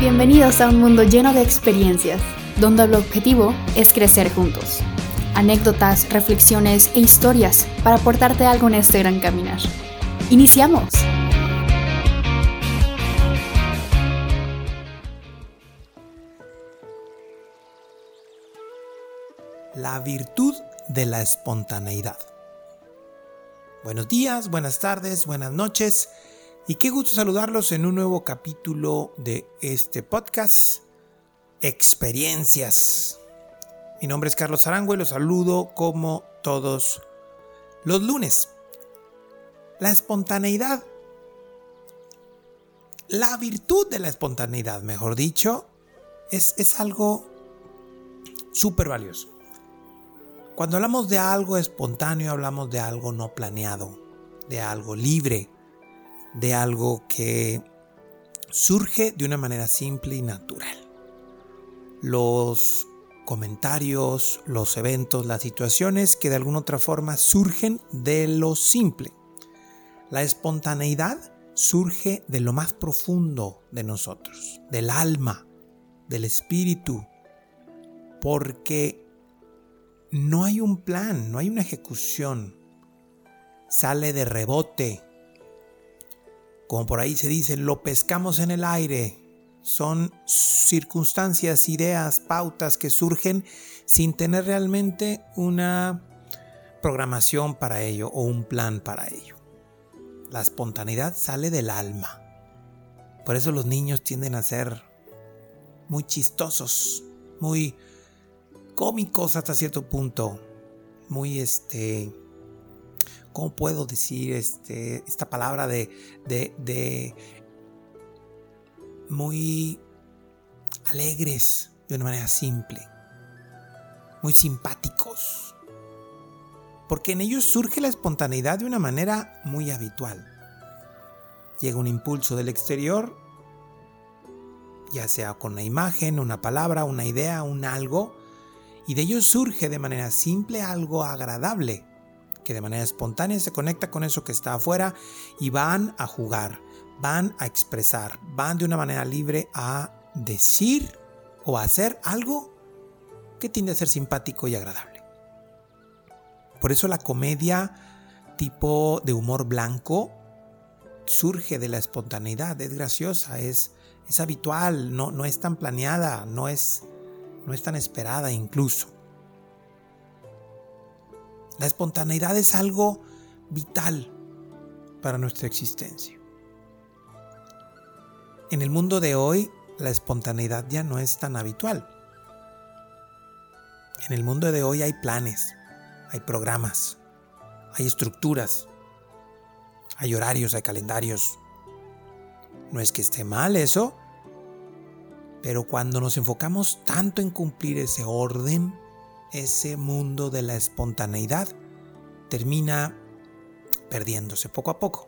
Bienvenidos a un mundo lleno de experiencias, donde el objetivo es crecer juntos. Anécdotas, reflexiones e historias para aportarte algo en este gran caminar. ¡Iniciamos! La virtud de la espontaneidad. Buenos días, buenas tardes, buenas noches y qué gusto saludarlos en un nuevo capítulo de este podcast, Experiencias. Mi nombre es Carlos Arango y los saludo como todos los lunes. La espontaneidad, la virtud de la espontaneidad, mejor dicho, es algo súper valioso. Cuando hablamos de algo espontáneo, hablamos de algo no planeado, de algo libre, de algo que surge de una manera simple y natural. Los comentarios, los eventos, las situaciones que de alguna otra forma surgen de lo simple. La espontaneidad surge de lo más profundo de nosotros, del alma, del espíritu, porque no hay un plan, no hay una ejecución. Sale de rebote. Como por ahí se dice, lo pescamos en el aire. Son circunstancias, ideas, pautas que surgen sin tener realmente una programación para ello o un plan para ello. La espontaneidad sale del alma. Por eso los niños tienden a ser muy chistosos, muy cómicos hasta cierto punto, muy ¿cómo puedo decir esta palabra de muy alegres de una manera simple, muy simpáticos? Porque en ellos surge la espontaneidad de una manera muy habitual. Llega un impulso del exterior, ya sea con una imagen, una palabra, una idea, un algo, y de ellos surge de manera simple algo agradable, que de manera espontánea se conecta con eso que está afuera y van a jugar, van a expresar, van de una manera libre a decir o a hacer algo que tiende a ser simpático y agradable. Por eso la comedia tipo de humor blanco surge de la espontaneidad, es graciosa, es habitual, no es tan planeada, no es tan esperada incluso. La espontaneidad es algo vital para nuestra existencia. En el mundo de hoy, la espontaneidad ya no es tan habitual. En el mundo de hoy hay planes, hay programas, hay estructuras, hay horarios, hay calendarios. No es que esté mal eso, pero cuando nos enfocamos tanto en cumplir ese orden, ese mundo de la espontaneidad termina perdiéndose poco a poco.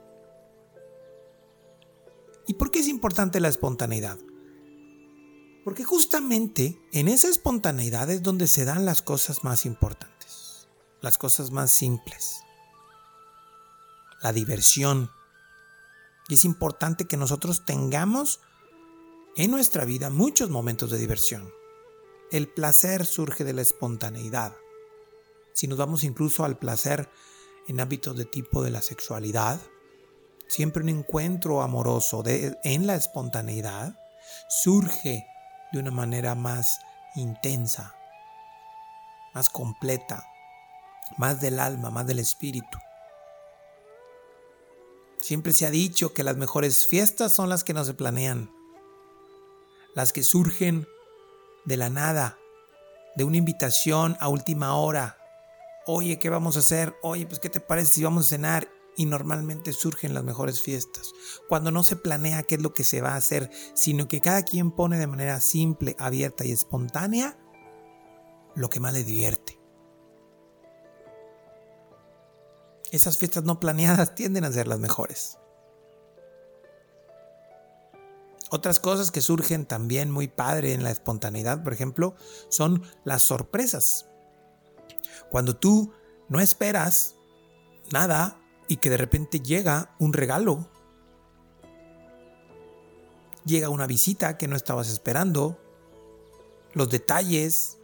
¿Y por qué es importante la espontaneidad? Porque justamente en esa espontaneidad es donde se dan las cosas más importantes, las cosas más simples, la diversión. Y es importante que nosotros tengamos en nuestra vida muchos momentos de diversión. El placer surge de la espontaneidad. Si nos vamos incluso al placer en ámbitos de tipo de la sexualidad, siempre un encuentro amoroso en la espontaneidad surge de una manera más intensa, más completa, más del alma, más del espíritu. Siempre se ha dicho que las mejores fiestas son las que no se planean, las que surgen de la nada, de una invitación a última hora. Oye, ¿qué vamos a hacer? Oye, pues ¿qué te parece si vamos a cenar? Y normalmente surgen las mejores fiestas, cuando no se planea qué es lo que se va a hacer, sino que cada quien pone de manera simple, abierta y espontánea lo que más le divierte. Esas fiestas no planeadas tienden a ser las mejores. Otras cosas que surgen también muy padre en la espontaneidad, por ejemplo, son las sorpresas. Cuando tú no esperas nada y que de repente llega un regalo llega una visita que no estabas esperando, los detalles,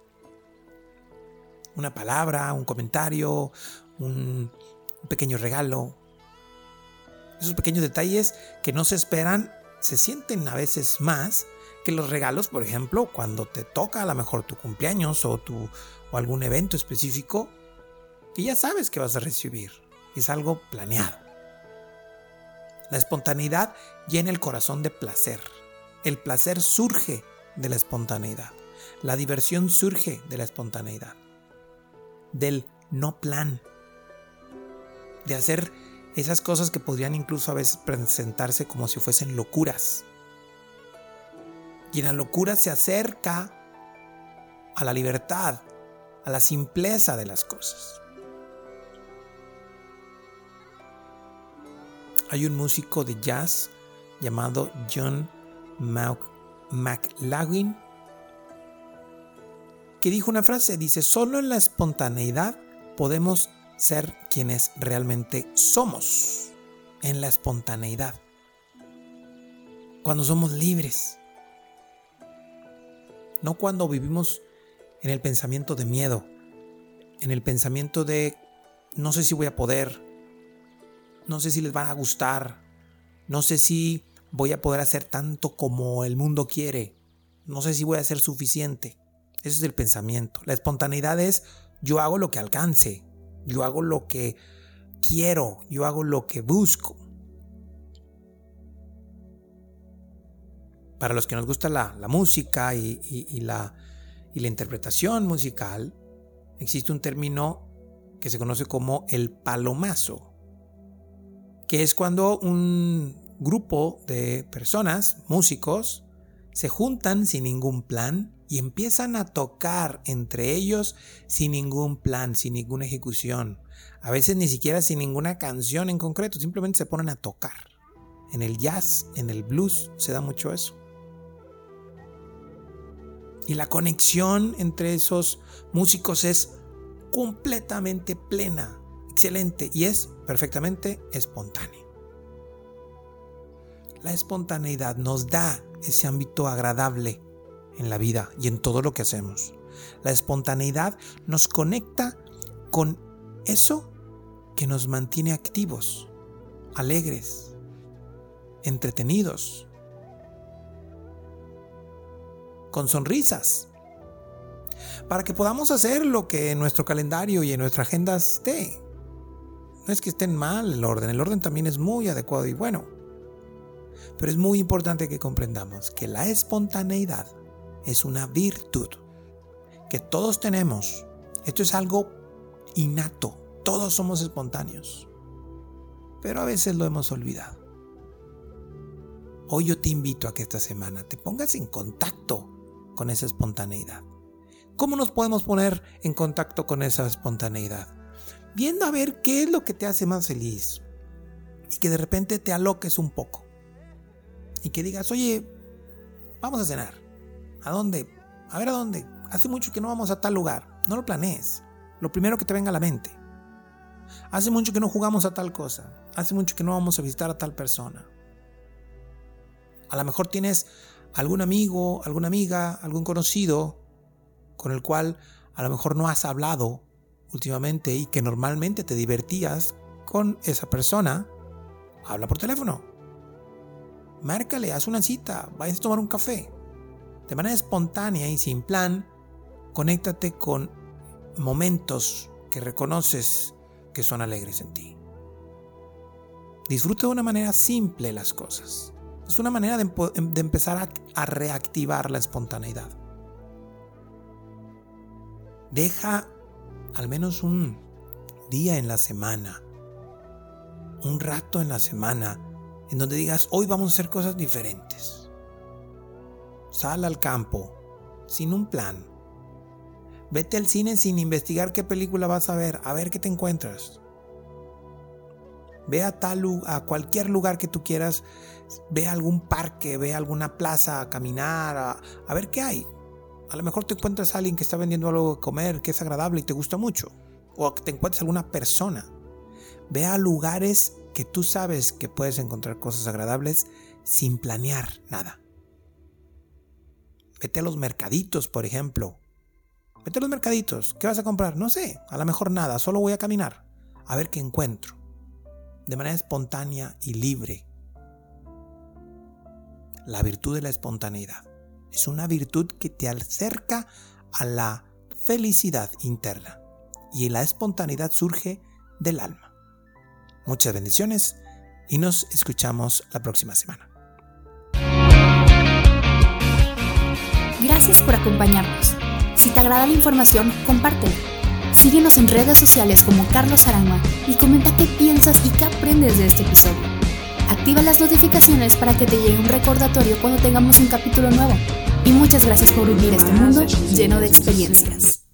una palabra, un comentario, un pequeño regalo. Esos pequeños detalles que no se esperan se sienten a veces más que los regalos, por ejemplo, cuando te toca a lo mejor tu cumpleaños o algún evento específico que ya sabes que vas a recibir. Es algo planeado. La espontaneidad llena el corazón de placer. El placer surge de la espontaneidad. La diversión surge de la espontaneidad. Del no plan. De hacer esas cosas que podrían incluso a veces presentarse como si fuesen locuras. Y en la locura se acerca a la libertad, a la simpleza de las cosas. Hay un músico de jazz llamado John McLaughlin que dijo una frase, dice: solo en la espontaneidad podemos ser quienes realmente somos. En la espontaneidad, cuando somos libres, no cuando vivimos en el pensamiento de miedo, en el pensamiento de no sé si voy a poder, no sé si les van a gustar, no sé si voy a poder hacer tanto como el mundo quiere, no sé si voy a ser suficiente. Ese es el pensamiento. La espontaneidad es: yo hago lo que alcance, yo hago lo que quiero, yo hago lo que busco. Para los que nos gusta la música y la interpretación musical, existe un término que se conoce como el palomazo, que es cuando un grupo de personas, músicos, se juntan sin ningún plan y empiezan a tocar entre ellos sin ningún plan, sin ninguna ejecución. A veces ni siquiera sin ninguna canción en concreto, simplemente se ponen a tocar. En el jazz, en el blues, se da mucho eso. Y la conexión entre esos músicos es completamente plena, excelente y es perfectamente espontánea. La espontaneidad nos da ese ámbito agradable en la vida y en todo lo que hacemos. La espontaneidad nos conecta con eso que nos mantiene activos, alegres, entretenidos, con sonrisas, para que podamos hacer lo que en nuestro calendario y en nuestra agenda esté. No es que estén mal el orden también es muy adecuado y bueno, pero es muy importante que comprendamos que la espontaneidad es una virtud que todos tenemos. Esto es algo innato, todos somos espontáneos, pero a veces lo hemos olvidado. Hoy yo te invito a que esta semana te pongas en contacto con esa espontaneidad. ¿Cómo nos podemos poner en contacto con esa espontaneidad? Viendo a ver qué es lo que te hace más feliz y que de repente te aloques un poco y que digas: oye, vamos a cenar. ¿A dónde? A ver, ¿a dónde? Hace mucho que no vamos a tal lugar. No lo planees. Lo primero que te venga a la mente. Hace mucho que no jugamos a tal cosa. Hace mucho que no vamos a visitar a tal persona. A lo mejor tienes algún amigo, alguna amiga, algún conocido con el cual a lo mejor no has hablado últimamente y que normalmente te divertías con esa persona. Habla por teléfono. Márcale, haz una cita, vayas a tomar un café. De manera espontánea y sin plan, conéctate con momentos que reconoces que son alegres en ti. Disfruta de una manera simple las cosas. Es una manera de empezar a reactivar la espontaneidad. Deja al menos un día en la semana, un rato en la semana, en donde digas: hoy vamos a hacer cosas diferentes. Sal al campo, sin un plan. Vete al cine sin investigar qué película vas a ver qué te encuentras. Ve a cualquier lugar que tú quieras, ve a algún parque, ve a alguna plaza a caminar, a ver qué hay. A lo mejor te encuentras a alguien que está vendiendo algo de comer que es agradable y te gusta mucho. O que te encuentres alguna persona. Ve a lugares que tú sabes que puedes encontrar cosas agradables sin planear nada. Vete a los mercaditos, por ejemplo. Vete a los mercaditos. ¿Qué vas a comprar? No sé, a lo mejor nada, solo voy a caminar a ver qué encuentro. De manera espontánea y libre. La virtud de la espontaneidad es una virtud que te acerca a la felicidad interna. Y la espontaneidad surge del alma. Muchas bendiciones y nos escuchamos la próxima semana. Gracias por acompañarnos. Si te agrada la información, compártela. Síguenos en redes sociales como Carlos Aranma y comenta qué piensas y qué aprendes de este episodio. Activa las notificaciones para que te llegue un recordatorio cuando tengamos un capítulo nuevo. Y muchas gracias por vivir este mundo lleno de experiencias.